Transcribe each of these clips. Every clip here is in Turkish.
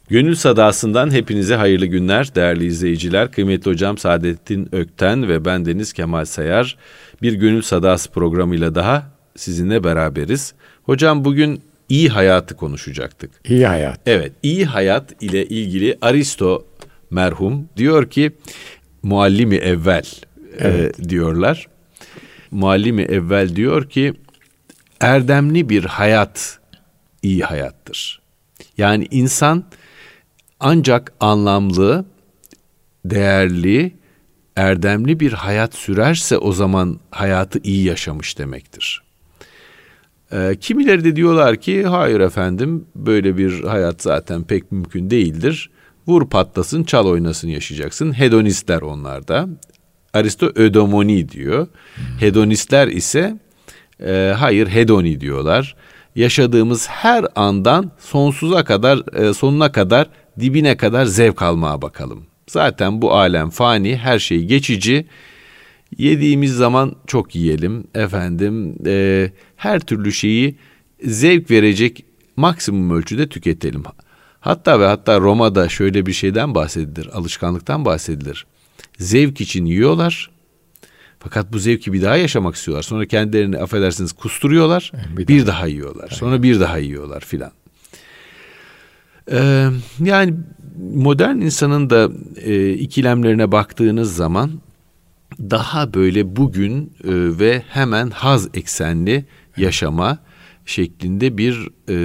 Gönül Sadası'ndan hepinize hayırlı günler değerli izleyiciler. Kıymetli hocam Saadettin Ökten ve ben Deniz Kemal Sayar bir Gönül Sadası programıyla daha sizinle beraberiz. Hocam bugün iyi hayatı konuşacaktık. İyi hayat. Evet, iyi hayat ile ilgili Aristo merhum diyor ki muallimi evvel diyorlar. Muallimi evvel diyor ki erdemli bir hayat iyi hayattır. Yani insan ancak anlamlı, değerli, erdemli bir hayat sürerse o zaman hayatı iyi yaşamış demektir. Kimileri de diyorlar ki hayır efendim böyle bir hayat zaten pek mümkün değildir. Vur patlasın çal oynasın yaşayacaksın. Hedonistler onlar da. Aristo ödomoni diyor. Hedonistler ise hayır hedoni diyorlar. Yaşadığımız her andan sonsuza kadar, sonuna kadar, dibine kadar zevk almaya bakalım. Zaten bu alem fani, her şey geçici. Yediğimiz zaman çok yiyelim efendim. Her türlü şeyi zevk verecek maksimum ölçüde tüketelim. Hatta Roma'da şöyle bir şeyden bahsedilir, alışkanlıktan bahsedilir. Zevk için yiyorlar. Fakat bu zevki bir daha yaşamak istiyorlar. Sonra kendilerini affedersiniz kusturuyorlar. Bir daha yiyorlar. Sonra bir daha yiyorlar filan. Yani modern insanın da ikilemlerine baktığınız zaman daha böyle bugün ve hemen haz eksenli yaşama şeklinde bir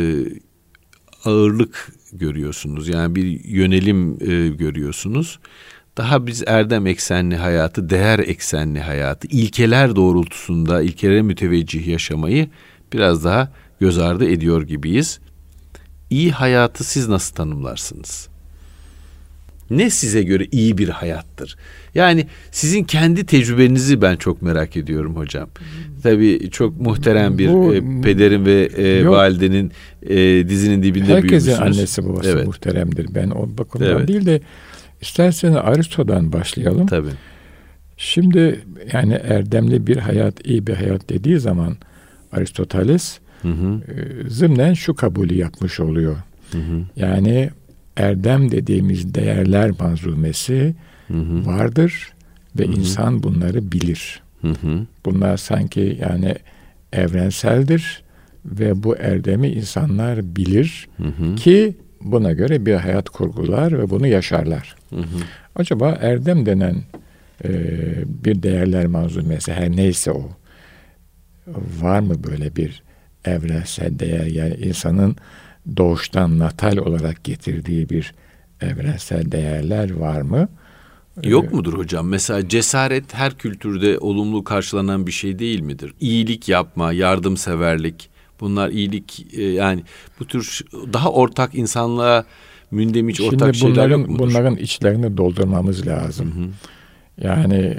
ağırlık görüyorsunuz. Yani bir yönelim görüyorsunuz. Daha biz erdem eksenli hayatı, değer eksenli hayatı, ilkeler doğrultusunda, ilkelere müteveccih yaşamayı biraz daha göz ardı ediyor gibiyiz. İyi hayatı siz nasıl tanımlarsınız? Ne size göre iyi bir hayattır? Yani sizin kendi tecrübenizi ben çok merak ediyorum hocam. Tabii çok muhterem bir pederin ve validenin dizinin dibinde büyümüşsünüz. Herkesin annesi babası muhteremdir. Ben o bakımdan değil de İsterseniz Aristo'dan başlayalım. Tabii. Şimdi yani erdemli bir hayat, iyi bir hayat dediği zaman Aristoteles zımnen şu kabulü yapmış oluyor. Yani erdem dediğimiz değerler manzumesi vardır ve insan bunları bilir. Bunlar sanki yani evrenseldir ve bu erdemi insanlar bilir ki buna göre bir hayat kurgular ve bunu yaşarlar. Acaba erdem denen bir değerler manzumesi her neyse o var mı böyle bir evrensel değer, yani insanın doğuştan natal olarak getirdiği bir evrensel değerler var mı? Yok mudur hocam? Mesela cesaret her kültürde olumlu karşılanan bir şey değil midir? İyilik yapma, yardımseverlik, bunlar iyilik yani bu tür daha ortak insanlığa mündemiş ortak şeyler yok mudur? Bunların içlerini doldurmamız lazım. Yani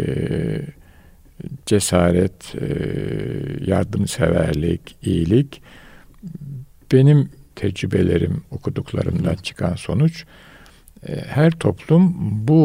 cesaret, yardımseverlik, iyilik benim tecrübelerim, okuduklarımdan çıkan sonuç her toplum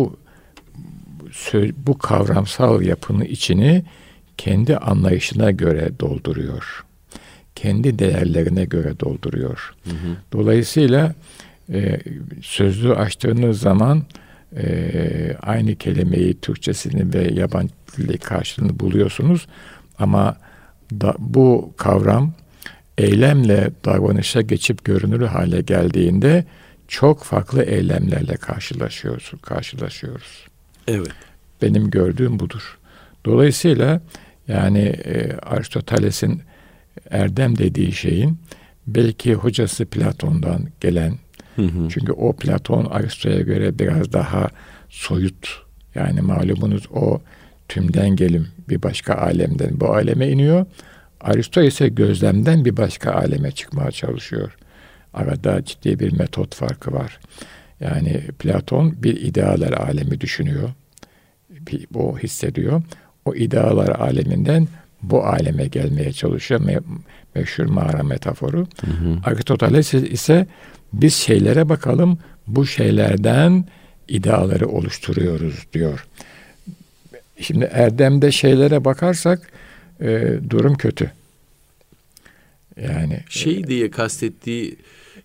bu kavramsal yapının içini kendi anlayışına göre dolduruyor. Kendi değerlerine göre dolduruyor. Dolayısıyla sözlüğü açtığınız zaman aynı kelimeyi Türkçesini ve yabancı dili karşılığını buluyorsunuz. Ama bu kavram eylemle davranışa geçip görünür hale geldiğinde çok farklı eylemlerle karşılaşıyoruz. Evet. Benim gördüğüm budur. Dolayısıyla yani Aristoteles'in erdem dediği şeyin belki hocası Platon'dan gelen, çünkü o Platon Aristo'ya göre biraz daha soyut, yani malumunuz o tümden gelim bir başka alemden bu aleme iniyor. Aristo ise gözlemden bir başka aleme çıkmaya çalışıyor. Arada ciddi bir metot farkı var. Yani Platon bir idealer alemi düşünüyor. O hissediyor. O idealar aleminden bu aleme gelmeye çalışıyor. Meşhur mağara metaforu. Aristoteles ise biz şeylere bakalım, bu şeylerden ideaları oluşturuyoruz diyor. Şimdi erdemde şeylere bakarsak durum kötü. Yani diye kastettiği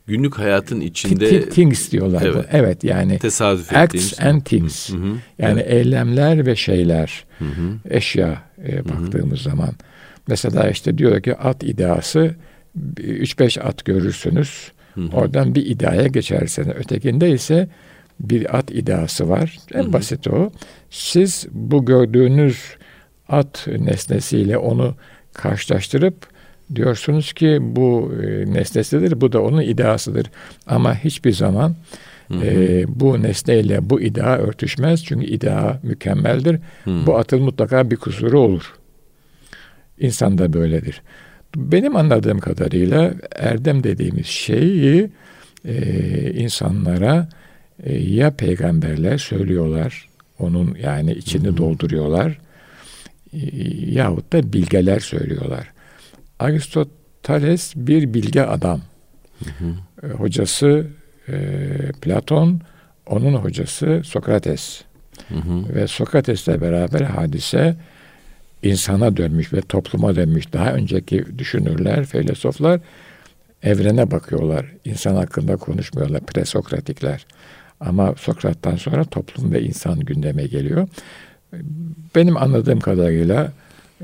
günlük hayatın içinde things diyorlar. Evet. Evet, yani tesadüf acts and things. Yani evet, eylemler ve şeyler. Eşya baktığımız zaman. Mesela işte diyor ki at ideası, 3-5 at görürsünüz. Oradan bir iddiaya geçersiniz. Ötekinde ise bir at iddiası var. En basit o. Siz bu gördüğünüz at nesnesiyle onu karşılaştırıp diyorsunuz ki bu nesnesidir, bu da onun iddiasıdır. Ama hiçbir zaman bu nesneyle bu iddia örtüşmez. Çünkü iddia mükemmeldir. Bu atın mutlaka bir kusuru olur. İnsan da böyledir. Benim anladığım kadarıyla erdem dediğimiz şeyi insanlara ya peygamberler söylüyorlar, onun yani içini dolduruyorlar, yahut da bilgeler söylüyorlar. Aristoteles bir bilge adam. Hocası Platon, onun hocası Sokrates. Ve Sokrates'le beraber hadise insana dönmüş ve topluma dönmüş. Daha önceki düşünürler, filozoflar evrene bakıyorlar. İnsan hakkında konuşmuyorlar, presokratikler. Ama Sokrat'tan sonra toplum ve insan gündeme geliyor. Benim anladığım kadarıyla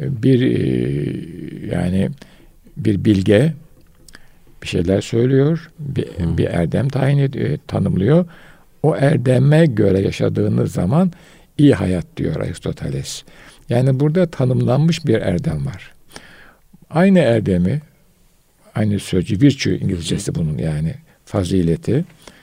yani bir bilge bir şeyler söylüyor, bir erdem tanımlıyor. O erdeme göre yaşadığınız zaman iyi hayat diyor Aristoteles. Yani burada tanımlanmış bir erdem var. Aynı erdemi, aynı sözcüğü, virtue İngilizcesi bunun, yani fazileti,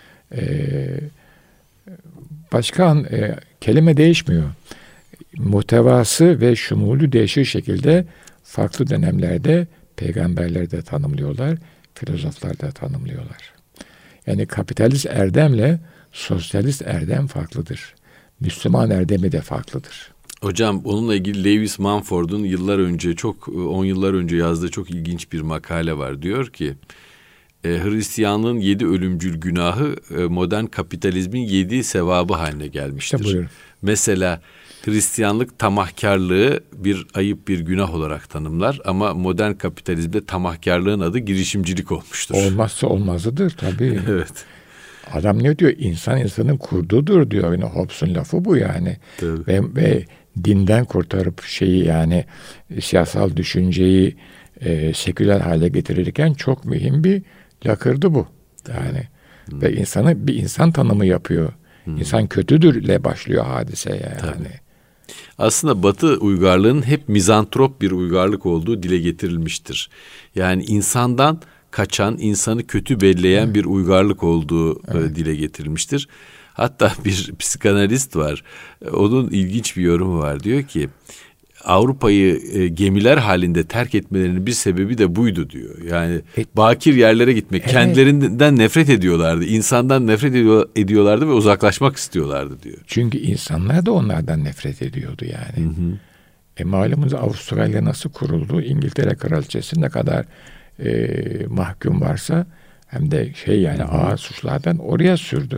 başka kelime değişmiyor. Muhtevası ve şumulü değişir şekilde farklı dönemlerde peygamberler de tanımlıyorlar, filozoflar da tanımlıyorlar. Yani kapitalist erdemle sosyalist erdem farklıdır. Müslüman erdemi de farklıdır. Hocam onunla ilgili Lewis Mumford'un yıllar önce, 10 yıllar önce yazdığı çok ilginç bir makale var. Diyor ki Hristiyanlığın 7 ölümcül günahı modern kapitalizmin 7 sevabı haline gelmiştir. İşte mesela Hristiyanlık tamahkarlığı bir ayıp, bir günah olarak tanımlar ama modern kapitalizmde tamahkarlığın adı girişimcilik olmuştur. Olmazsa olmazıdır tabii. Evet. Adam ne diyor? İnsan insanın kurdudur diyor. Yani Hobbes'un lafı bu yani. Ve dinden kurtarıp yani siyasal düşünceyi seküler hale getirirken çok mühim bir lakırdı bu. Yani ve bir insan tanımı yapıyor. İnsan kötüdürle başlıyor hadise yani. Tabii. Aslında Batı uygarlığının hep mizantrop bir uygarlık olduğu dile getirilmiştir. Yani insandan kaçan, insanı kötü belleyen bir uygarlık olduğu dile getirilmiştir. Hatta bir psikanalist var. Onun ilginç bir yorumu var. Diyor ki Avrupa'yı gemiler halinde terk etmelerinin bir sebebi de buydu diyor. Yani bakir yerlere gitmek, kendilerinden nefret ediyorlardı. İnsandan nefret ediyorlardı ve uzaklaşmak istiyorlardı diyor. Çünkü insanlar da onlardan nefret ediyordu yani. Malumunuz Avustralya nasıl kuruldu? İngiltere Kraliçesi ne kadar mahkum varsa hem de ağır suçlardan oraya sürdü.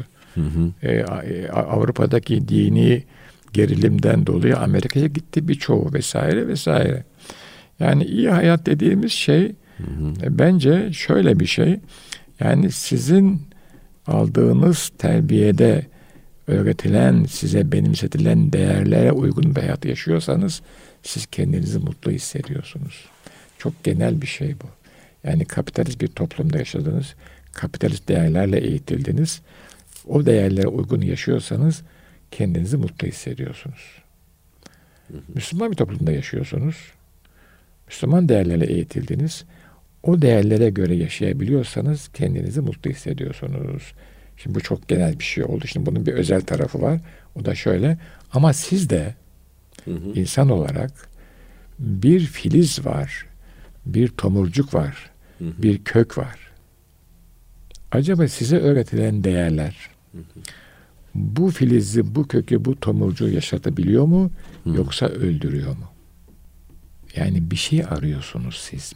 Avrupa'daki dini gerilimden dolayı Amerika'ya gitti birçoğu vesaire vesaire. Yani iyi hayat dediğimiz şey bence şöyle bir şey. Yani sizin aldığınız terbiyede öğretilen, size benimsetilen değerlere uygun bir hayat yaşıyorsanız siz kendinizi mutlu hissediyorsunuz. Çok genel bir şey bu. Yani kapitalist bir toplumda yaşadınız, kapitalist değerlerle eğitildiniz. O değerlere uygun yaşıyorsanız kendinizi mutlu hissediyorsunuz. Müslüman bir toplumda yaşıyorsunuz. Müslüman değerlerle eğitildiniz. O değerlere göre yaşayabiliyorsanız kendinizi mutlu hissediyorsunuz. Şimdi bu çok genel bir şey oldu. Şimdi bunun bir özel tarafı var. O da şöyle. Ama siz de insan olarak bir filiz var. Bir tomurcuk var. Bir kök var. Acaba size öğretilen değerler bu filizi, bu kökü, bu tomurcuğu yaşatabiliyor mu? Yoksa öldürüyor mu? Yani bir şey arıyorsunuz siz.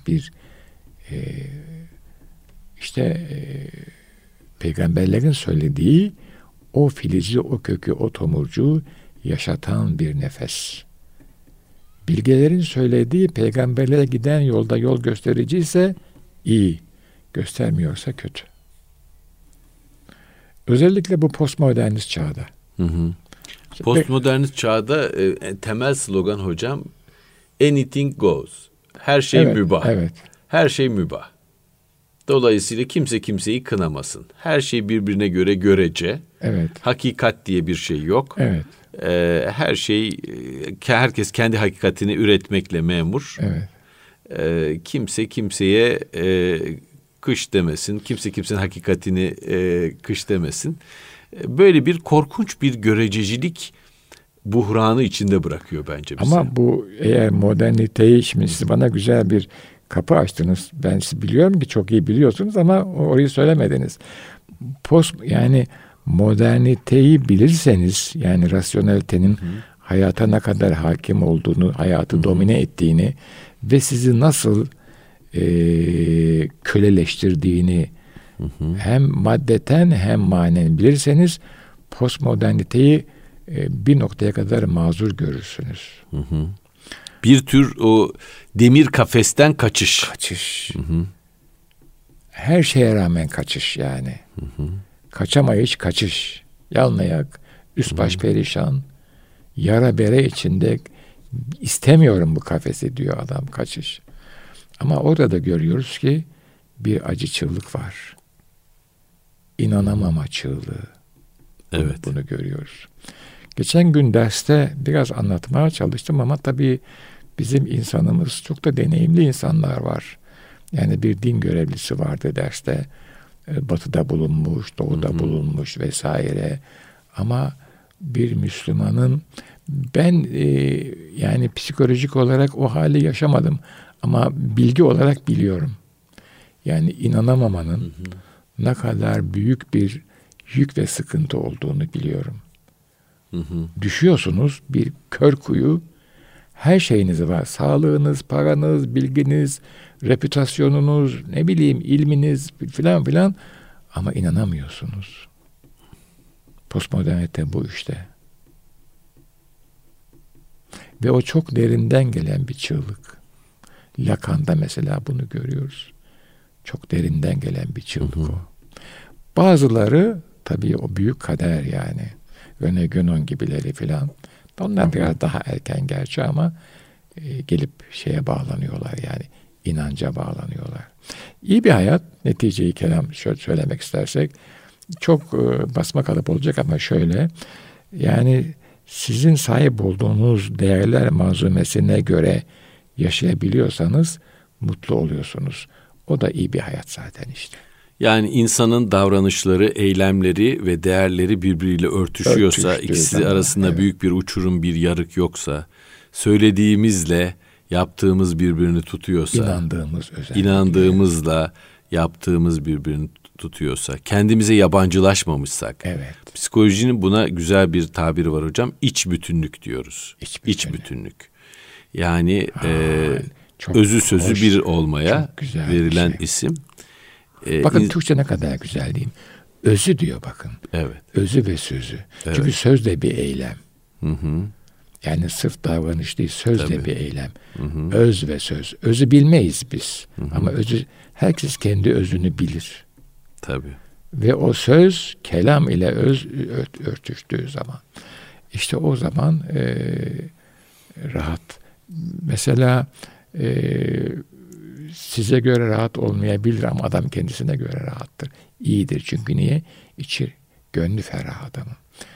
Peygamberlerin söylediği o filizi, o kökü, o tomurcuğu yaşatan bir nefes. Bilgelerin söylediği peygamberlere giden yolda yol gösterici ise iyi, göstermiyorsa kötü. Özellikle bu postmodernist çağda. Postmodernist çağda temel slogan hocam, anything goes. Her şey mübah. Evet. Her şey mübah. Dolayısıyla kimse kimseyi kınamasın. Her şey birbirine göre görece. Evet. Hakikat diye bir şey yok. Evet. Her şey, herkes kendi hakikatini üretmekle memur. Evet. Kimse kimseye kış demesin. Kimse kimsenin hakikatini kış demesin. Böyle bir korkunç bir görececilik buhranı içinde bırakıyor bence bizi. Ama bu, eğer moderniteyi, şimdi siz bana güzel bir kapı açtınız. Ben sizi biliyorum ki çok iyi biliyorsunuz ama orayı söylemediniz. Yani moderniteyi bilirseniz, yani rasyonelitenin hayata ne kadar hakim olduğunu, hayatı domine ettiğini ve sizi nasıl köleleştirdiğini hem maddeten hem manen bilirseniz postmoderniteyi bir noktaya kadar mazur görürsünüz. Bir tür o demir kafesten kaçış. Kaçış. Her şeye rağmen kaçış yani. Kaçamayış kaçış. Yalnayak, üst baş perişan, yara bere içinde istemiyorum bu kafesi diyor adam, kaçış. Ama orada da görüyoruz ki bir acı çığlık var. İnanamama çığlığı. Evet. Bunu görüyoruz. Geçen gün derste biraz anlatmaya çalıştım ama tabii bizim insanımız çok da deneyimli insanlar var. Yani bir din görevlisi vardı derste. Batı'da bulunmuş, Doğu'da bulunmuş vesaire. Ama bir Müslümanın, ben yani psikolojik olarak o hali yaşamadım ama bilgi olarak biliyorum. Yani inanamamanın ne kadar büyük bir yük ve sıkıntı olduğunu biliyorum. Düşüyorsunuz bir kör kuyu, her şeyiniz var. Sağlığınız, paranız, bilginiz, reputasyonunuz, ne bileyim ilminiz filan filan, ama inanamıyorsunuz. Postmodernite bu işte. Ve o çok derinden gelen bir çığlık. Lacan'da mesela bunu görüyoruz. Çok derinden gelen bir çığlık o. Bazıları tabii o büyük kader yani. René Guénon gibileri filan. Onlar biraz daha erken gerçi ama gelip şeye bağlanıyorlar yani. İnanca bağlanıyorlar. İyi bir hayat, netice-i kelam şöyle söylemek istersek, çok basma kalıp olacak ama şöyle, yani sizin sahip olduğunuz değerler manzumesine göre yaşayabiliyorsanız mutlu oluyorsunuz. O da iyi bir hayat zaten işte. Yani insanın davranışları, eylemleri ve değerleri birbiriyle örtüşüyorsa, ikisi arasında büyük bir uçurum, bir yarık yoksa, söylediğimizle yaptığımız birbirini tutuyorsa, inandığımızla yaptığımız birbirini tutuyorsa, kendimize yabancılaşmamışsak, psikolojinin buna güzel bir tabiri var hocam, iç bütünlük diyoruz. İç bütünlük. Yani özü sözü bir olmaya verilen isim. Bakın Türkçe ne kadar güzel diyeyim. Özü diyor bakın. Evet. Özü ve sözü. Evet. Çünkü söz de bir eylem. Yani sırf davranış değil, söz de bir eylem. Öz ve söz. Özü bilmeyiz biz. Ama özü, herkes kendi özünü bilir. Tabii. Ve o söz kelam ile öz örtüştüğü zaman, işte o zaman rahat. Mesela size göre rahat olmayabilir ama adam kendisine göre rahattır. İyidir çünkü niye? İçi, gönlü ferah adamın.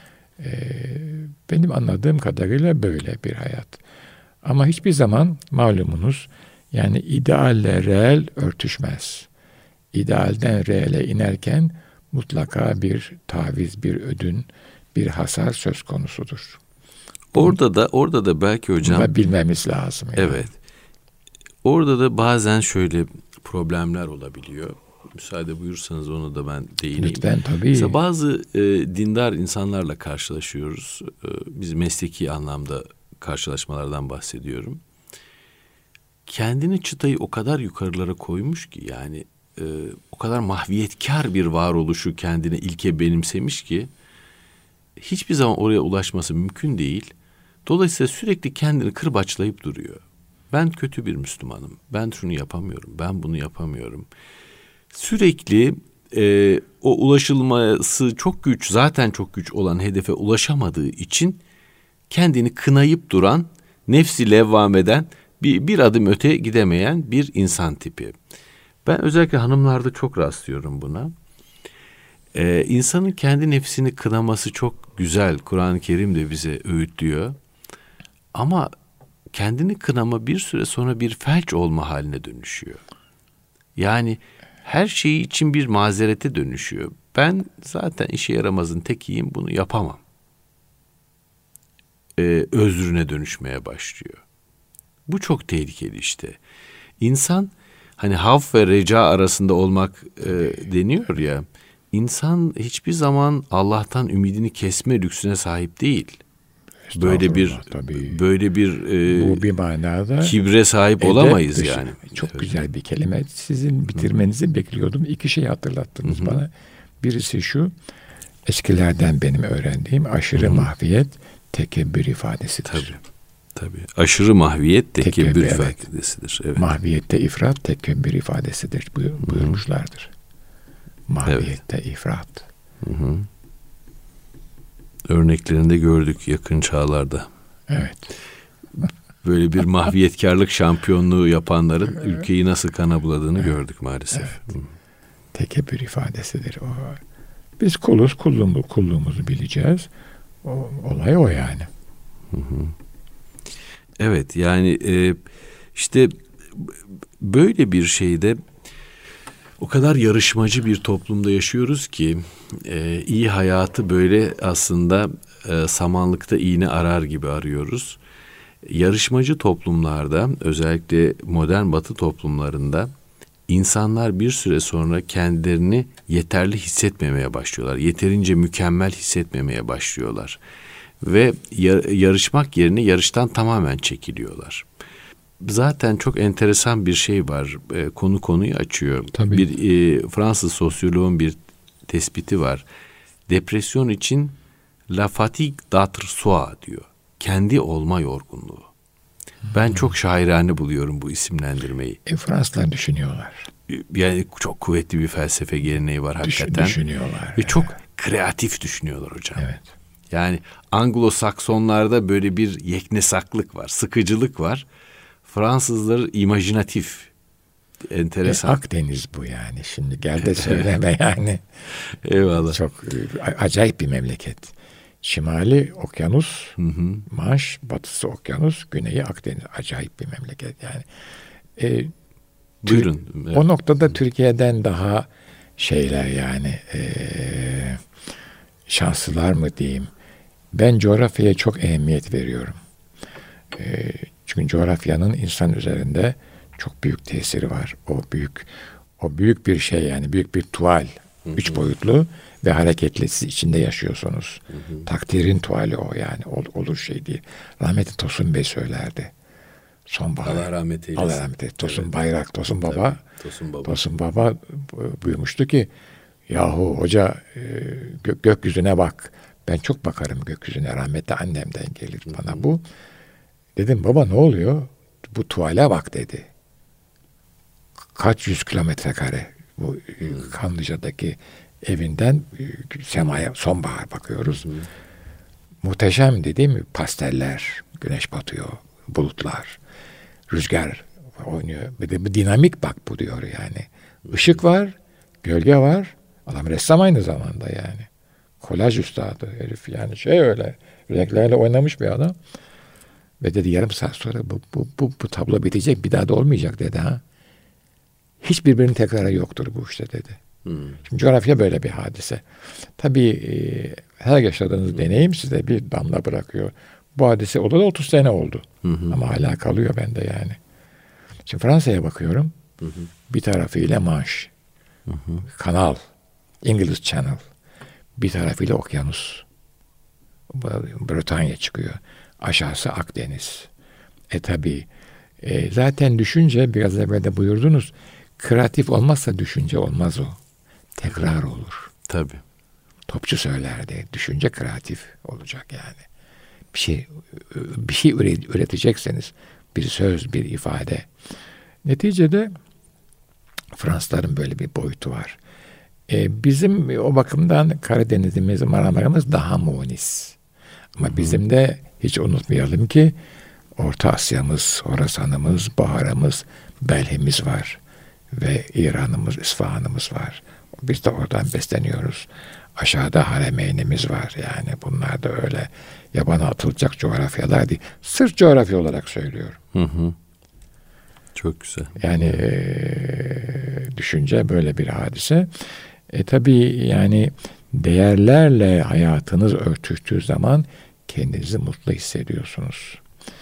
Benim anladığım kadarıyla böyle bir hayat. Ama hiçbir zaman malumunuz, yani idealle reel örtüşmez. İdealden reale inerken mutlaka bir taviz, bir ödün, bir hasar söz konusudur. Orada da belki hocam, bunu bilmemiz lazım. Yani. Evet. Orada da bazen şöyle problemler olabiliyor. Müsaade buyursanız onu da ben değineyim. Lütfen, tabii. Mesela bazı dindar insanlarla karşılaşıyoruz. Biz mesleki anlamda karşılaşmalardan bahsediyorum. Kendini çıtayı o kadar yukarılara koymuş ki, yani o kadar mahviyetkar bir varoluşu kendine ilke benimsemiş ki hiçbir zaman oraya ulaşması mümkün değil. Dolayısıyla sürekli kendini kırbaçlayıp duruyor. Ben kötü bir Müslümanım. Ben şunu yapamıyorum. Ben bunu yapamıyorum. Sürekli o ulaşılması çok güç, zaten çok güç olan hedefe ulaşamadığı için kendini kınayıp duran, nefsi levvameden bir adım öte gidemeyen bir insan tipi. Ben özellikle hanımlarda çok rastlıyorum buna. İnsanın kendi nefsini kınaması çok güzel. Kur'an-ı Kerim de bize öğütlüyor. Ama kendini kınama bir süre sonra bir felç olma haline dönüşüyor. Yani her şeyi için bir mazerete dönüşüyor. Ben zaten işe yaramazın tekiyim, bunu yapamam. Özrüne dönüşmeye başlıyor. Bu çok tehlikeli işte. İnsan hani havf ve reca arasında olmak deniyor ya. İnsan hiçbir zaman Allah'tan ümidini kesme lüksüne sahip değil. Böyle bir bu bir manada kibre sahip olamayız dışı. Yani. Çok güzel bir kelime. Sizin bitirmenizi bekliyordum. 2 şey hatırlattınız bana. Birisi şu, eskilerden benim öğrendiğim aşırı mahviyet tekebbür ifadesidir. Tabii. Aşırı mahviyet tekebbür ifadesidir. Evet. Mahviyette ifrat tekebbür ifadesidir buyurmuşlardır. Mahviyette ifrat. Örneklerinde gördük yakın çağlarda. Evet. Böyle bir mahviyetkarlık şampiyonluğu yapanların ülkeyi nasıl kana buladığını gördük maalesef. Evet. Tekebbür ifadesidir o. Biz kulluğumuzu bileceğiz. Olay o yani. Evet, yani işte böyle bir şeyde o kadar yarışmacı bir toplumda yaşıyoruz ki iyi hayatı böyle aslında samanlıkta iğne arar gibi arıyoruz. Yarışmacı toplumlarda, özellikle modern Batı toplumlarında insanlar bir süre sonra kendilerini yeterli hissetmemeye başlıyorlar. Yeterince mükemmel hissetmemeye başlıyorlar. Ve yarışmak yerine yarıştan tamamen çekiliyorlar. Zaten çok enteresan bir şey var. Konuyu açıyor. Tabii. Bir Fransız sosyoloğun bir tespiti var. Depresyon için la fatigue d'être soi diyor. Kendi olma yorgunluğu. Ben çok şairane buluyorum bu isimlendirmeyi. Fransızlar düşünüyorlar. Yani çok kuvvetli bir felsefe geleneği var hakikaten. Düşünüyorlar. Ve çok kreatif düşünüyorlar hocam. Evet. Yani Anglo-Saksonlarda böyle bir yeknesaklık var, sıkıcılık var. Fransızlar imajinatif, enteresan. Akdeniz bu yani. Şimdi gel de söyleme yani. Eyvallah. Çok acayip bir memleket. Şimali okyanus, Manş, batısı okyanus, güneyi Akdeniz. Acayip bir memleket yani. Buyurun. Evet. O noktada Türkiye'den daha şeyler yani şanslılar mı diyeyim. Ben coğrafyaya çok ehemmiyet veriyorum. Çünkü coğrafyanın insan üzerinde çok büyük tesiri var. O büyük bir şey yani, büyük bir tuval. 3 boyutlu ve hareketli, siz içinde yaşıyorsunuz. Takdirin tuvali o yani. Olur şey değil. Rahmetli Tosun Bey söylerdi. Sonbahar. Allah rahmet eylesin. Allah rahmet eylesin. Tosun Bayrak, Tosun Baba. Tosun Baba. Tosun Baba buyurmuştu ki, yahu hoca gökyüzüne bak. Ben çok bakarım gökyüzüne. Rahmetli annemden gelir bana bu. Dedim baba ne oluyor? Bu tuvale bak dedi. Kaç 100 kilometre kare bu Kanlıca'daki evinden semaya sonbahar bakıyoruz. Muhteşem değil mi? Pasteller, güneş batıyor, bulutlar, rüzgar oynuyor. Bir de bir dinamik bak bu diyor yani. Işık var, gölge var. Adam ressam aynı zamanda yani. Kolaj üstadı herif yani öyle renklerle oynamış bir adam. Ve dedi yarım saat sonra bu tablo bitecek, bir daha da olmayacak dedi ha. Hiç birbirinin tekrarı yoktur bu işte dedi. Şimdi coğrafya böyle bir hadise. Tabii her yaşadığınız deneyim size bir damla bırakıyor. Bu hadise olalı 30 sene oldu. Ama hala kalıyor bende yani. Şimdi Fransa'ya bakıyorum. Bir tarafıyla Manş. Kanal. English Channel. Bir tarafıyla okyanus. Bretanya çıkıyor. Aşağısı Akdeniz. Tabii zaten düşünce biraz evvel de buyurdunuz. Kreatif olmazsa düşünce olmaz o. Tekrar olur. Tabii. Topçu söylerdi. Düşünce kreatif olacak yani. Bir şey üretecekseniz bir söz, bir ifade. Neticede Fransızların böyle bir boyutu var. Bizim o bakımdan Karadeniz'imiz, Marmara'mız daha munis. Ama bizim de hiç unutmayalım ki Orta Asya'mız, Horasan'ımız, Bahara'mız, Belh'imiz var. Ve İran'ımız, İsfahan'ımız var. Biz de oradan besleniyoruz. Aşağıda Haremeyn'imiz var. Yani bunlar da öyle yabana atılacak coğrafyalar değil. Sırf coğrafya olarak söylüyorum. Hı hı. Çok güzel. Yani düşünce böyle bir hadise. Tabii yani değerlerle hayatınız örtüştüğü zaman kendinizi mutlu hissediyorsunuz.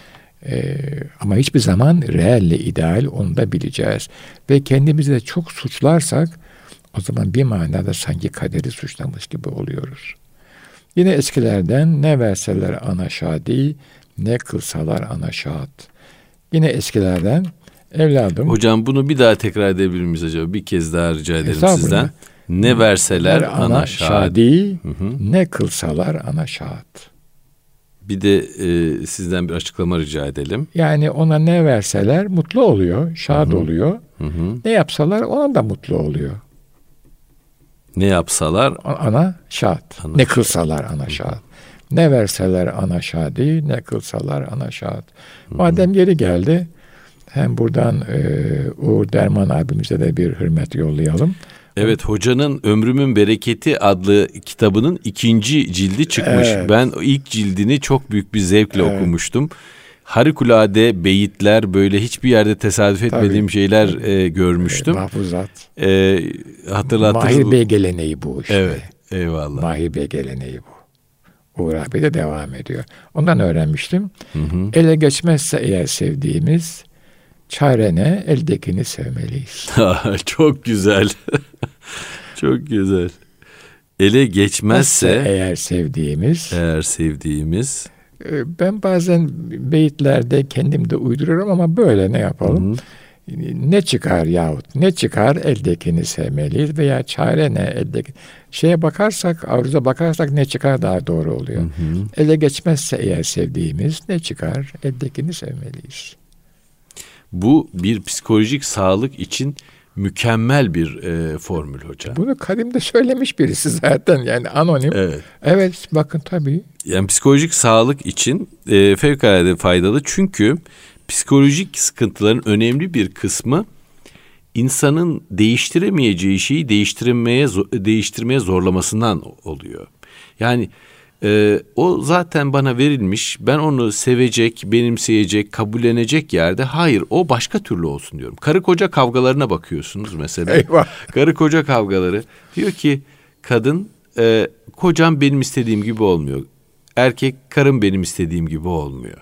Ama hiçbir zaman reelle ideal, onu da bileceğiz. Ve kendimizi de çok suçlarsak o zaman bir manada sanki kaderi suçlamış gibi oluyoruz. Yine eskilerden ne verseler ana şadi, ne kılsalar ana şad. Yine eskilerden evladım. Hocam bunu bir daha tekrar edebilir miyiz acaba? Bir kez daha rica ederim sizden. Ne verseler ana şadi, ne kılsalar ana şad. Bir de sizden bir açıklama rica edelim. Yani ona ne verseler mutlu oluyor, şad oluyor. Ne yapsalar ona da mutlu oluyor. Ne yapsalar ana şad. Ne kılsalar ana şad. Ne verseler ana şadi, ne kılsalar ana şad. Madem geri geldi, hem buradan Uğur Derman abimize de bir hürmet yollayalım. Evet, hocanın Ömrümün Bereketi adlı kitabının 2. cildi çıkmış. Evet. Ben ilk cildini çok büyük bir zevkle okumuştum. Harikulade beyitler, böyle hiçbir yerde tesadüf etmediğim şeyler görmüştüm. Mahfuzat. Hatırlattınız. Mahir Bey geleneği bu işte. Evet, eyvallah. Mahir Bey geleneği bu. Uğur abi de devam ediyor. Ondan öğrenmiştim. Ele geçmezse eğer sevdiğimiz, çare ne? Eldekini sevmeliyiz. Çok güzel. Çok güzel. Ele geçmezse eğer sevdiğimiz. Ben bazen beyitlerde kendim de uyduruyorum ama böyle ne yapalım? Ne çıkar yahut ne çıkar, eldekini sevmeliyiz veya çare ne, eldeki şeye bakarsak, arzuza bakarsak ne çıkar daha doğru oluyor. Ele geçmezse eğer sevdiğimiz, ne çıkar, eldekini sevmeliyiz. Bu bir psikolojik sağlık için mükemmel bir formül hocam. Bunu kadimde söylemiş birisi zaten, yani anonim. Evet, bakın tabii. Yani psikolojik sağlık için fevkalade faydalı, çünkü psikolojik sıkıntıların önemli bir kısmı insanın değiştiremeyeceği şeyi değiştirmeye zorlamasından oluyor. Yani o zaten bana verilmiş, ben onu sevecek, benimseyecek, kabullenecek yerde hayır, o başka türlü olsun diyorum. Karı koca kavgalarına bakıyorsunuz mesela. Eyvah. Karı koca kavgaları, diyor ki kadın, kocam benim istediğim gibi olmuyor. Erkek, karım benim istediğim gibi olmuyor.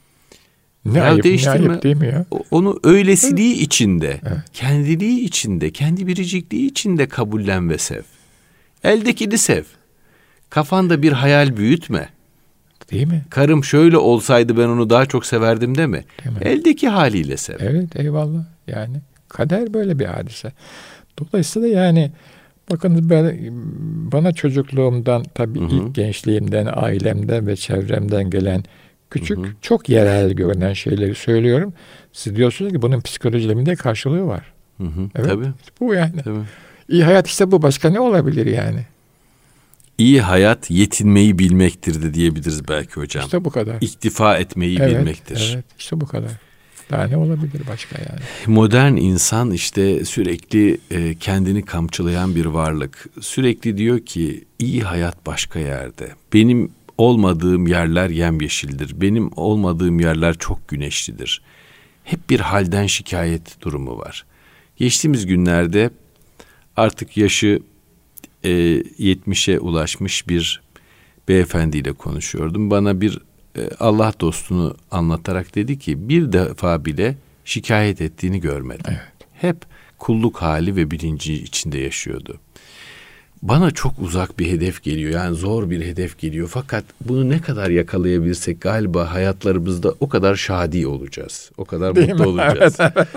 Ne ayıp değil mi ya? Onu öylesiliği içinde, kendiliği içinde, kendi biricikliği içinde kabullen ve sev. Eldekini sev. Kafanda bir hayal büyütme. Değil mi? Karım şöyle olsaydı ben onu daha çok severdim deme. Eldeki haliyle sev. Evet, eyvallah. Yani kader böyle bir hadise. Dolayısıyla yani bakın, bana çocukluğumdan, tabii ilk gençliğimden, ailemden ve çevremden gelen küçük, çok yerel görünen şeyleri söylüyorum. Siz diyorsunuz ki bunun psikolojilerinde karşılığı var. Evet, tabii. Bu yani. Tabii. İyi hayat işte bu. Başka ne olabilir yani? İyi hayat yetinmeyi bilmektir de diyebiliriz belki hocam. İşte bu kadar. İktifa etmeyi bilmektir. Evet, işte bu kadar. Daha ne olabilir başka yani? Modern insan işte sürekli kendini kamçılayan bir varlık. Sürekli diyor ki iyi hayat başka yerde. Benim olmadığım yerler yemyeşildir. Benim olmadığım yerler çok güneşlidir. Hep bir halden şikayet durumu var. Geçtiğimiz günlerde artık yaşı 70'e ulaşmış bir beyefendiyle konuşuyordum. Bana bir Allah dostunu anlatarak dedi ki bir defa bile şikayet ettiğini görmedim. Evet. Hep kulluk hali ve bilinci içinde yaşıyordu. Bana çok uzak bir hedef geliyor. Yani zor bir hedef geliyor. Fakat bunu ne kadar yakalayabilirsek galiba hayatlarımızda o kadar şadi olacağız. O kadar değil mutlu mi? olacağız.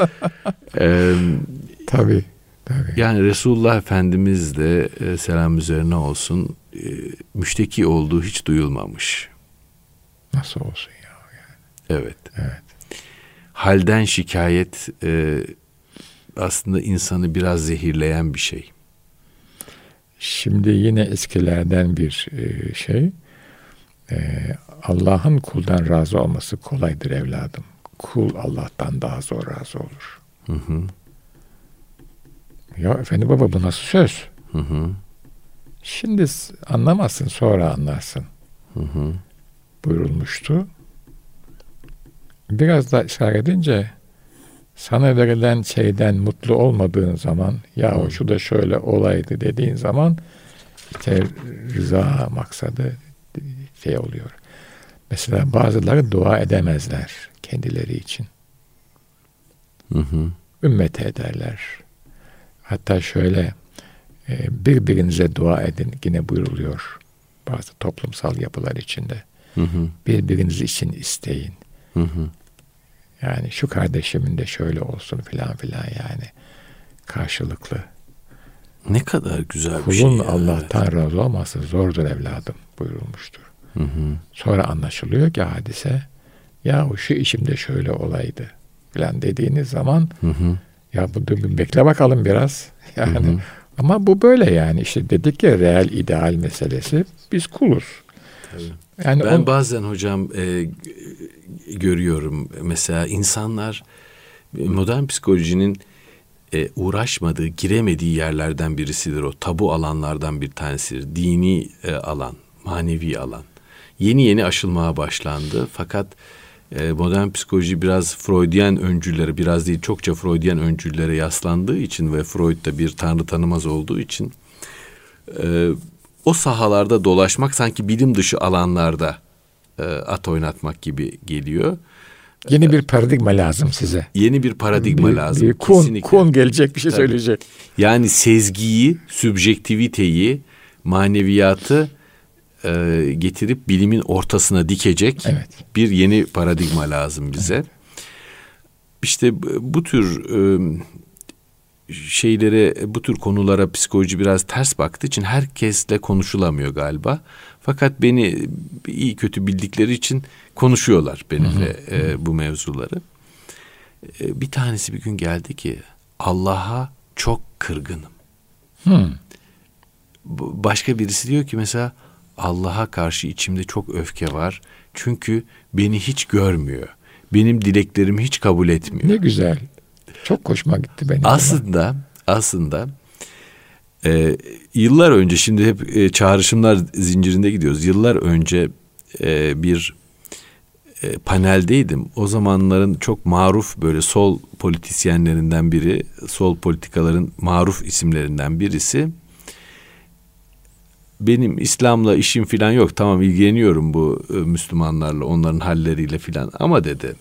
Tabii. Yani Resulullah Efendimiz de selam üzerine olsun, müşteki olduğu hiç duyulmamış. Nasıl olsun ya? Yani. Evet. Halden şikayet aslında insanı biraz zehirleyen bir şey. Şimdi yine eskilerden bir şey. Allah'ın kuldan razı olması kolaydır evladım. Kul Allah'tan daha zor razı olur. Hı hı. Ya efendi baba, bu nasıl söz? Hı hı. Şimdi anlamazsın, sonra anlarsın. Hı hı. Buyurulmuştu. Biraz da ısrar edince, sana verilen şeyden mutlu olmadığın zaman, ya şu da şöyle olaydı dediğin zaman işte rıza maksadı şey oluyor. Mesela bazıları dua edemezler kendileri için. Hı hı. Ümmete ederler. Hatta şöyle birbirinize dua edin yine buyuruluyor bazı toplumsal yapılar içinde. Hı hı. Birbiriniz için isteyin. Hı hı. Yani şu kardeşimin de şöyle olsun filan filan, yani karşılıklı. Ne kadar güzel bir Kulun şey. Allah'tan razı olması zordur evladım buyurulmuştur. Hı hı. Sonra anlaşılıyor ki hadise, ya şu işimde şöyle olaydı filan dediğiniz zaman, Hı hı. ya bu bekle bakalım biraz. Yani hı hı. ama bu böyle yani, işte dedik ya, real ideal meselesi, biz kuluz. Tabii. Yani Ben bazen hocam görüyorum mesela insanlar modern psikolojinin uğraşmadığı, giremediği yerlerden birisidir o. Tabu alanlardan bir tanesidir. Dini alan, manevi alan. Yeni yeni aşılmaya başlandı. Fakat modern psikoloji biraz Freudian öncüllere, biraz değil çokça Freudian öncüllere yaslandığı için ve Freud da bir tanrı tanımaz olduğu için o sahalarda dolaşmak sanki bilim dışı alanlarda at oynatmak gibi geliyor. yeni bir paradigma lazım size. Yeni bir paradigma lazım. Bir kun gelecek, bir şey söyleyecek. Yani sezgiyi, sübjektiviteyi, maneviyatı getirip bilimin ortasına dikecek bir yeni paradigma lazım bize. Evet. İşte bu tür şeylere, bu tür konulara psikoloji biraz ters baktığı için herkesle konuşulamıyor galiba. Fakat beni iyi kötü bildikleri için konuşuyorlar benimle bu mevzuları. Bir tanesi bir gün geldi ki, Allah'a çok kırgınım. Başka birisi diyor ki mesela, Allah'a karşı içimde çok öfke var. Çünkü beni hiç görmüyor. Benim dileklerimi hiç kabul etmiyor. Ne güzel. Çok hoşuma gitti benim. Aslında yıllar önce, şimdi hep çağrışımlar zincirinde gidiyoruz. Yıllar önce bir paneldeydim. O zamanların çok maruf böyle sol politisyenlerinden biri, sol politikaların maruf isimlerinden birisi. Benim İslam'la işim filan yok. Tamam, ilgileniyorum bu Müslümanlarla, onların halleriyle filan. Ama dedi,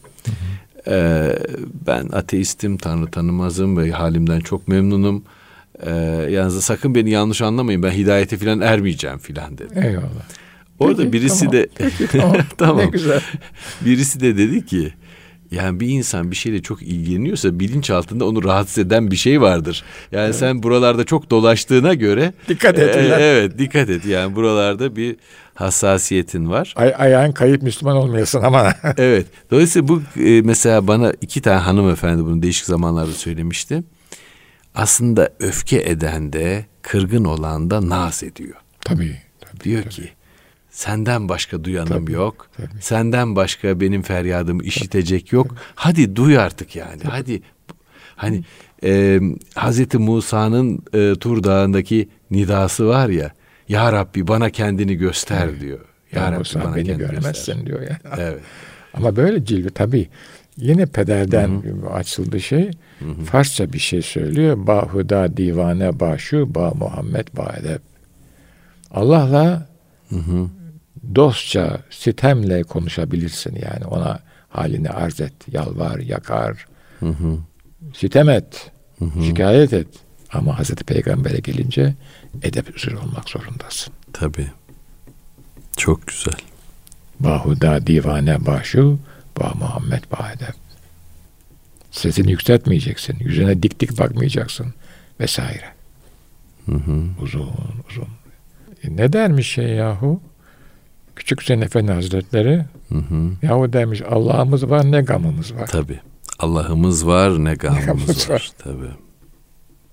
ben ateistim, Tanrı tanımazım ve halimden çok memnunum. Yalnız sakın beni yanlış anlamayın, ben hidayete filan ermeyeceğim filan dedi. Eyvallah. Orada peki, birisi tamam. Tamam. Tamam. Ne güzel. Birisi de dedi ki, yani bir insan bir şeyle çok ilgileniyorsa bilinç altında onu rahatsız eden bir şey vardır. Yani sen buralarda çok dolaştığına göre dikkat et. Evet, dikkat et. Yani buralarda bir hassasiyetin var. Ayağın kayıp Müslüman olmayasın ama. Evet. Dolayısıyla bu mesela bana 2 tane hanımefendi bunu değişik zamanlarda söylemişti. Aslında öfke eden de, kırgın olan da naz ediyor. Tabii. Diyor ki, senden başka duyanım yok. Tabii. Senden başka benim feryadımı işitecek yok. Hadi duy artık yani. Hadi. Hani Hazreti Musa'nın Tur Dağı'ndaki nidası var ya. Ya Rabbi bana kendini göster diyor. Ya Rabbi Musa, bana beni göremezsin göster diyor ya. Evet. Ama böyle cilve tabii. Yine pederden açıldı şey. Farsça bir şey söylüyor. Ba huda divane başu, ba Muhammed ba edeb. Allah'la dostça, sitemle konuşabilirsin yani. Ona halini arz et, yalvar, yakar, sitem et, şikayet et. Ama Hazreti Peygamber'e gelince edep üzere olmak zorundasın. Tabii. Çok güzel. Bahuda divane başu, ba Muhammed ba edeb. Sesini yükseltmeyeceksin, yüzüne dik dik bakmayacaksın vesaire. Uzun. Ne dermiş şey yahu? Küçük Hüseyin Efendi Hazretleri, yahu demiş, Allah'ımız var, ne gamımız var. Tabii. Allah'ımız var, ne gamımız var. Tabii.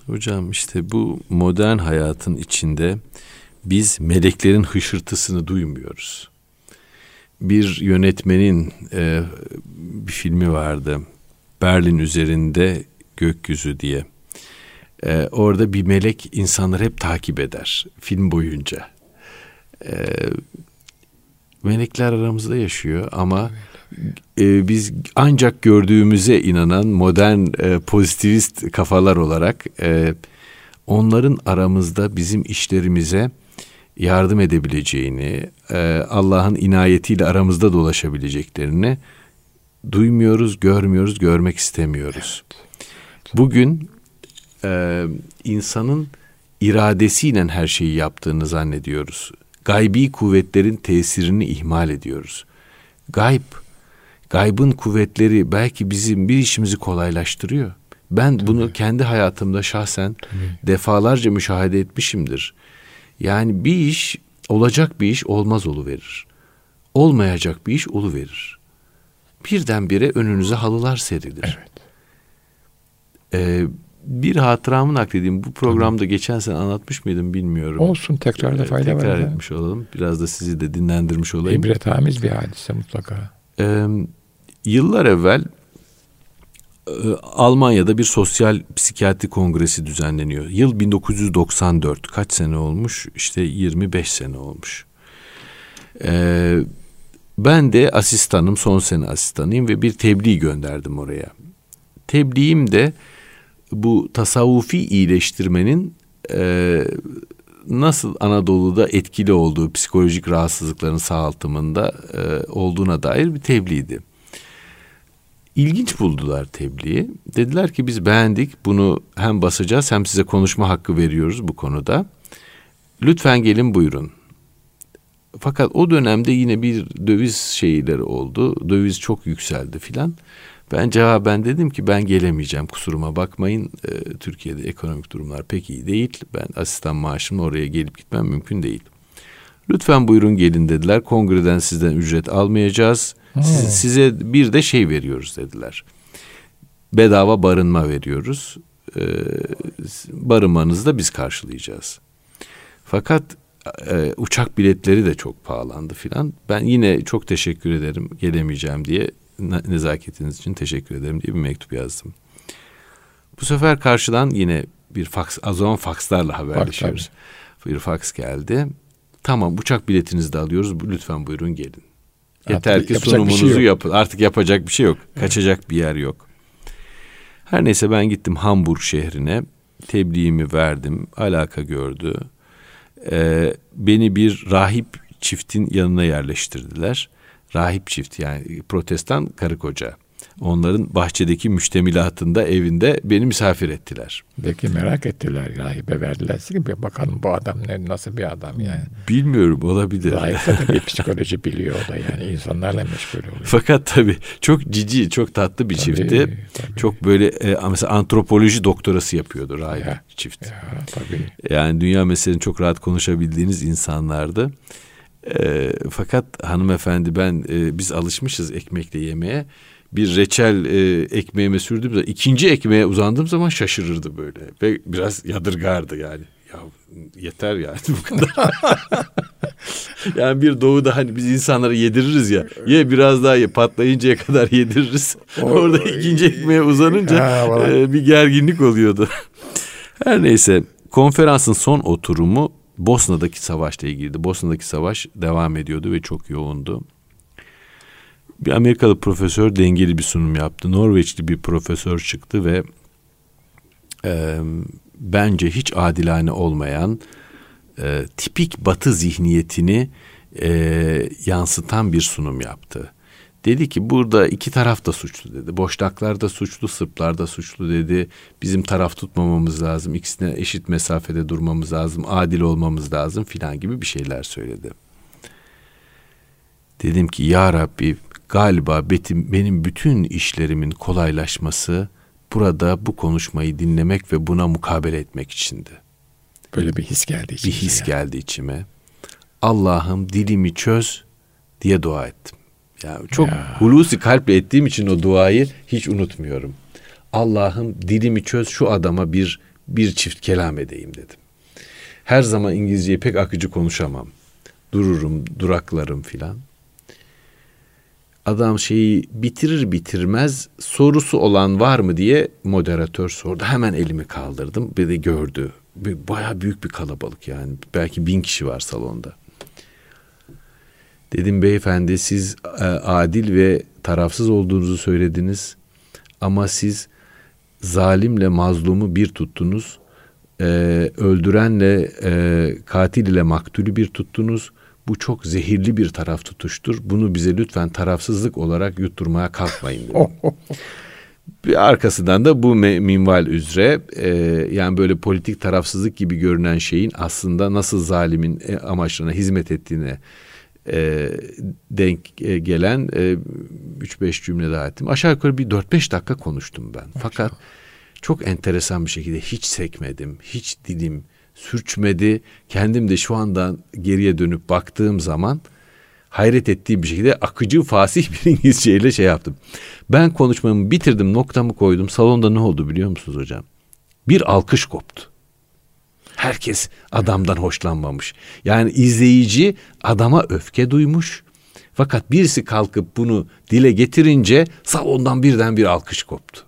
Hocam işte bu modern hayatın içinde biz meleklerin hışırtısını duymuyoruz. Bir yönetmenin bir filmi vardı. Berlin üzerinde gökyüzü diye. Orada bir melek insanları hep takip eder film boyunca. Melekler aramızda yaşıyor ama biz ancak gördüğümüze inanan modern pozitivist kafalar olarak onların aramızda bizim işlerimize yardım edebileceğini, Allah'ın inayetiyle aramızda dolaşabileceklerini duymuyoruz, görmüyoruz, görmek istemiyoruz. Bugün insanın iradesiyle her şeyi yaptığını zannediyoruz. Gaybi kuvvetlerin tesirini ihmal ediyoruz. Gaybın kuvvetleri belki bizim bir işimizi kolaylaştırıyor. Ben bunu kendi hayatımda şahsen defalarca müşahede etmişimdir. Yani bir iş, olacak bir iş olmaz oluverir. Olmayacak bir iş oluverir. Birdenbire önünüze halılar serilir. Evet. Bir hatıramı nakledeyim. Bu programda geçen sene anlatmış mıydım bilmiyorum. Olsun, tekrarda fayda var. Tekrar etmiş olalım. Biraz da sizi de dinlendirmiş olayım. İbretamiz bir hadise mutlaka. Yıllar evvel Almanya'da bir sosyal psikiyatri kongresi düzenleniyor. Yıl 1994. Kaç sene olmuş? İşte 25 sene olmuş. Ben de asistanım, son sene asistanıyım ve bir tebliğ gönderdim oraya. Tebliğim de bu tasavvufi iyileştirmenin nasıl Anadolu'da etkili olduğu, psikolojik rahatsızlıkların sağaltımında olduğuna dair bir tebliğdi. İlginç buldular tebliği. Dediler ki biz beğendik, bunu hem basacağız hem size konuşma hakkı veriyoruz bu konuda. Lütfen gelin buyurun. Fakat o dönemde yine bir döviz şeyleri oldu. Döviz çok yükseldi filan. Ben cevaben dedim ki ben gelemeyeceğim, kusuruma bakmayın. Türkiye'de ekonomik durumlar pek iyi değil. Ben asistan maaşımla oraya gelip gitmem mümkün değil. Lütfen buyurun gelin dediler. Kongreden sizden ücret almayacağız. Size bir de şey veriyoruz dediler. Bedava barınma veriyoruz. Barınmanızı da biz karşılayacağız. Fakat uçak biletleri de çok pahalandı filan. Ben yine çok teşekkür ederim, gelemeyeceğim diye, nezaketiniz için teşekkür ederim diye bir mektup yazdım. Bu sefer karşıdan yine bir faks, o zaman fakslarla haberleşiyoruz. Bir faks geldi. Tamam, uçak biletinizi de alıyoruz. Lütfen buyurun gelin. Yeter ki sunumunuzu yapın. Artık yapacak bir şey yok. Kaçacak bir yer yok. Her neyse ben gittim Hamburg şehrine. Tebliğimi verdim. Alaka gördü. Beni bir rahip çiftin yanına yerleştirdiler. Rahip çift, yani protestan karı koca. Onların bahçedeki müştemilatında, evinde beni misafir ettiler. Belki merak ettiler, rahibe verdiler ki bakalım bu adam nasıl bir adam yani. Bilmiyorum, olabilir. Rahip de bir psikoloji biliyor o da, yani insanlarla meşgul oluyor. Fakat tabii çok cici, çok tatlı bir çiftti. Tabii. Çok böyle mesela antropoloji doktorası yapıyordu rahip çift. Tabii. Yani dünya meselelerini çok rahat konuşabildiğiniz insanlardı. Fakat hanımefendi biz alışmışız ekmekle yemeye. Bir reçel ekmeğime sürdüğüm zaman, ikinci ekmeğe uzandığım zaman şaşırırdı böyle. Ve biraz yadırgardı yani. Ya yeter yani bu kadar. Yani bir doğuda hani biz insanlara yediririz ya. Ye biraz daha ye, patlayıncaya kadar yediririz. Orada ikinci ekmeğe uzanınca bir gerginlik oluyordu. Her neyse, konferansın son oturumu Bosna'daki savaşla ilgiliydi. Bosna'daki savaş devam ediyordu ve çok yoğundu. Bir Amerikalı profesör dengeli bir sunum yaptı. Norveçli bir profesör çıktı ve bence hiç adilane olmayan tipik Batı zihniyetini yansıtan bir sunum yaptı. Dedi ki burada iki taraf da suçlu dedi. Boşnaklar da suçlu, Sırplar da suçlu dedi. Bizim taraf tutmamamız lazım. İkisine eşit mesafede durmamız lazım. Adil olmamız lazım filan gibi bir şeyler söyledi. Dedim ki ya Rabbi, galiba benim bütün işlerimin kolaylaşması burada bu konuşmayı dinlemek ve buna mukabele etmek içindi. Böyle bir his geldi içime. Bir his geldi içime. Allah'ım dilimi çöz diye dua ettim. Yani çok hulusi kalple ettiğim için o duayı hiç unutmuyorum. Allah'ım dilimi çöz, şu adama bir bir çift kelam edeyim dedim. Her zaman İngilizceyi pek akıcı konuşamam. Dururum, duraklarım filan. Adam şeyi bitirir bitirmez sorusu olan var mı diye moderatör sordu. Hemen elimi kaldırdım. Bir de gördü. Bayağı büyük bir kalabalık yani. Belki 1000 kişi var salonda. Dedim beyefendi siz adil ve tarafsız olduğunuzu söylediniz. Ama siz zalimle mazlumu bir tuttunuz. Öldürenle katil ile maktulü bir tuttunuz. Bu çok zehirli bir taraf tutuştur. Bunu bize lütfen tarafsızlık olarak yutturmaya kalkmayın dedim. Bir arkasından da bu minval üzere yani böyle politik tarafsızlık gibi görünen şeyin aslında nasıl zalimin amaçlarına hizmet ettiğine denk gelen 3-5 cümle daha ettim. Aşağı yukarı bir 4-5 dakika konuştum ben. Fakat çok enteresan bir şekilde hiç sekmedim, hiç dilim sürçmedi. Kendim de şu anda geriye dönüp baktığım zaman hayret ettiğim bir şekilde akıcı, fasih bir İngilizceyle şey yaptım. Ben konuşmamı bitirdim, noktamı koydum. Salonda ne oldu biliyor musunuz hocam? Bir alkış koptu. Herkes adamdan hoşlanmamış. Yani izleyici adama öfke duymuş. Fakat birisi kalkıp bunu dile getirince salondan birden bir alkış koptu.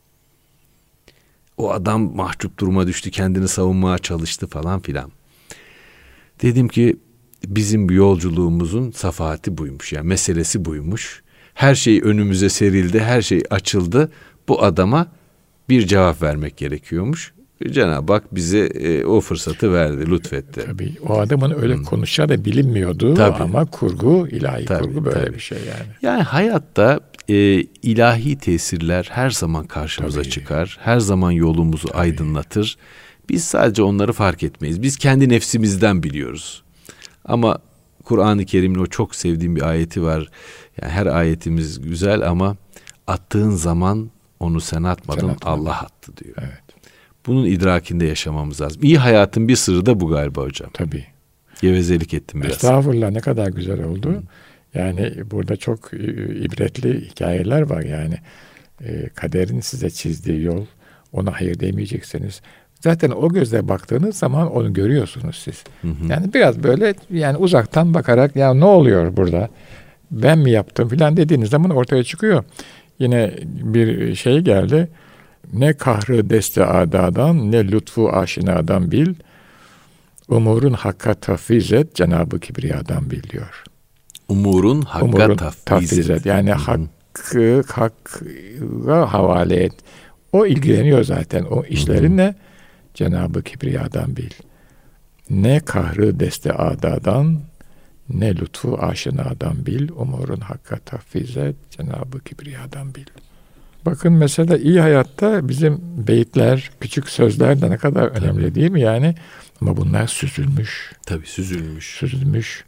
O adam mahcup duruma düştü, kendini savunmaya çalıştı falan filan. Dedim ki bizim yolculuğumuzun safahati buymuş. Yani meselesi buymuş. Her şey önümüze serildi, her şey açıldı. Bu adama bir cevap vermek gerekiyormuş. Cenab-ı Hak bize o fırsatı verdi, lütfetti. Tabii o adamın öyle konuşacağı da bilinmiyordu. Tabii. Ama kurgu, ilahi tabii, kurgu böyle tabii. Bir şey yani. Yani hayatta ilahi tesirler her zaman karşımıza tabii. Çıkar. Her zaman yolumuzu tabii. Aydınlatır. Biz sadece onları fark etmeyiz. Biz kendi nefsimizden biliyoruz. Ama Kur'an-ı Kerim'in o çok sevdiğim bir ayeti var. Yani her ayetimiz güzel ama attığın zaman onu sen atmadın, Allah attı diyor. Evet. Bunun idrakinde yaşamamız lazım. İyi hayatın bir sırrı da bu galiba hocam. Tabii. Gevezelik ettim biraz. Estağfurullah, ne kadar güzel oldu. Yani burada çok ibretli hikayeler var yani. Kaderin size çizdiği yol, ona hayır demeyeceksiniz. Zaten o gözle baktığınız zaman onu görüyorsunuz siz. Yani biraz böyle yani uzaktan bakarak ya ne oluyor burada? Ben mi yaptım filan dediğiniz zaman ortaya çıkıyor. Yine bir şey geldi. Ne kahrı deste adadan, ne lütfu aşinadan bil. Umurun hakka tafviz et, Cenab-ı Kibriya'dan bil diyor. Umurun hakka tafviz et. Yani hakka havale et. O ilgileniyor zaten. O işlerinle Cenab-ı Kibriya'dan bil. Ne kahrı deste adadan, ne lütfu aşinadan bil. Umurun hakka tafviz et, Cenab-ı Kibriya'dan bil. Bakın mesela iyi hayatta bizim beyitler, küçük sözler de ne kadar önemli tabii. Değil mi yani? Ama bunlar süzülmüş. Tabii süzülmüş. Süzülmüş.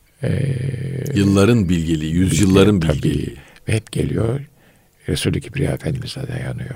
Yılların bilgeliği, yüzyılların bilgeliği. Tabii. Ve hep geliyor Resul-i Kibriya Efendimiz'e dayanıyor.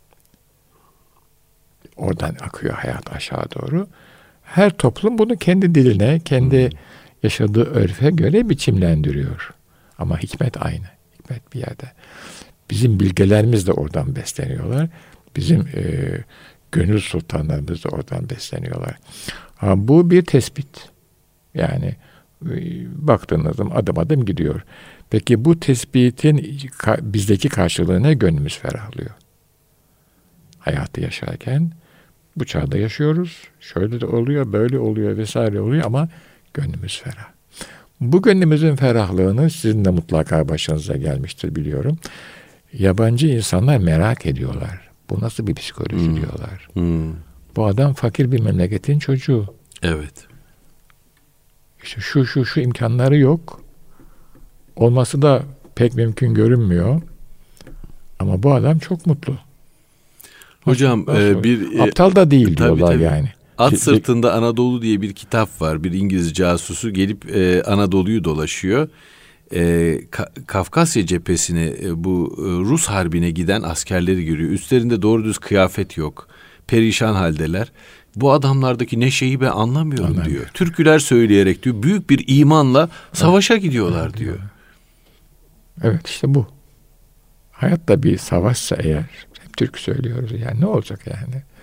Oradan akıyor hayat aşağı doğru. Her toplum bunu kendi diline, kendi yaşadığı örfe göre biçimlendiriyor. Ama hikmet aynı. Hikmet bir yerde. Bizim bilgelerimiz de oradan besleniyorlar. Bizim gönül sultanlarımız da oradan besleniyorlar. Ha, bu bir tespit. Yani baktığınız zaman adım adım gidiyor. Peki bu tespitin bizdeki karşılığı ne? Gönlümüz ferahlıyor. Hayatı yaşarken bu çağda yaşıyoruz. Şöyle de oluyor, böyle oluyor vesaire oluyor ama gönlümüz ferah. Bu gönlümüzün ferahlığını sizin de mutlaka başınıza gelmiştir biliyorum. Yabancı insanlar merak ediyorlar. Bu nasıl bir psikoloji diyorlar. Bu adam fakir bir memleketin çocuğu. Evet. İşte şu imkanları yok. Olması da pek mümkün görünmüyor. Ama bu adam çok mutlu. Hocam bir aptal da değil diyorlar tabii. Yani. At Sırtında Anadolu diye bir kitap var. Bir İngiliz casusu gelip Anadolu'yu dolaşıyor. Kafkasya cephesine bu Rus harbine giden askerleri görüyor. Üstlerinde doğru düz kıyafet yok. Perişan haldeler. Bu adamlardaki neşeyi ben anlamıyorum diyor. Türküler söyleyerek diyor. Büyük bir imanla savaşa gidiyorlar diyor. Evet işte bu. Hayat da bir savaşsa eğer hep türkü söylüyoruz yani ne olacak yani?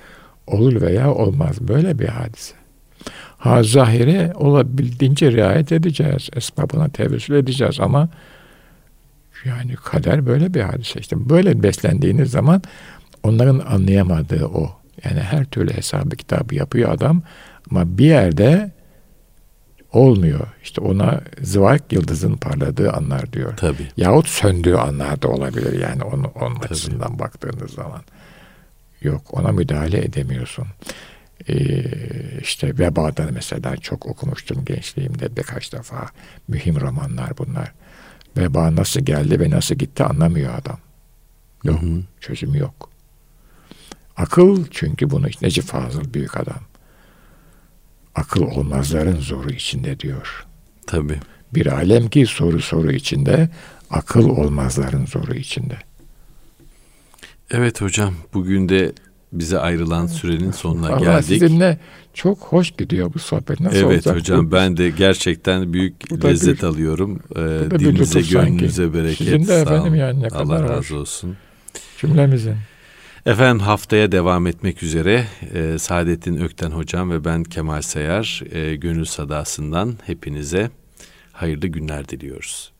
olur veya olmaz. Böyle bir hadise. Zahire olabildiğince riayet edeceğiz. Esbabına tevessül edeceğiz ama yani kader böyle bir hadise. İşte böyle beslendiğiniz zaman onların anlayamadığı o. Yani her türlü hesabı kitabı yapıyor adam ama bir yerde olmuyor. İşte ona zıvak yıldızın parladığı anlar diyor. Tabii. Yahut söndüğü anlar da olabilir. Yani onun açısından baktığınız zaman. Yok, ona müdahale edemiyorsun. İşte Veba'da mesela çok okumuştum gençliğimde birkaç defa. Mühim romanlar bunlar. Veba nasıl geldi ve nasıl gitti anlamıyor adam. Yok, çözümü yok. Akıl çünkü bunu Necip Fazıl büyük adam. Akıl olmazların zoru içinde diyor. Tabii. Bir alem ki soru içinde, akıl olmazların zoru içinde. Evet hocam, bugün de bize ayrılan sürenin sonuna Vallahi geldik. Sizinle çok hoş gidiyor bu sohbet. Nasıl evet olacak? hocam, ben de gerçekten büyük lezzet alıyorum. Dilinize, gönlünüze bereket. Sizin de efendim yani ne Allah kadar razı olsun. Cümlemizin. Efendim, haftaya devam etmek üzere Saadettin Ökten hocam ve ben Kemal Sayar, Gönül Sadası'ndan hepinize hayırlı günler diliyoruz.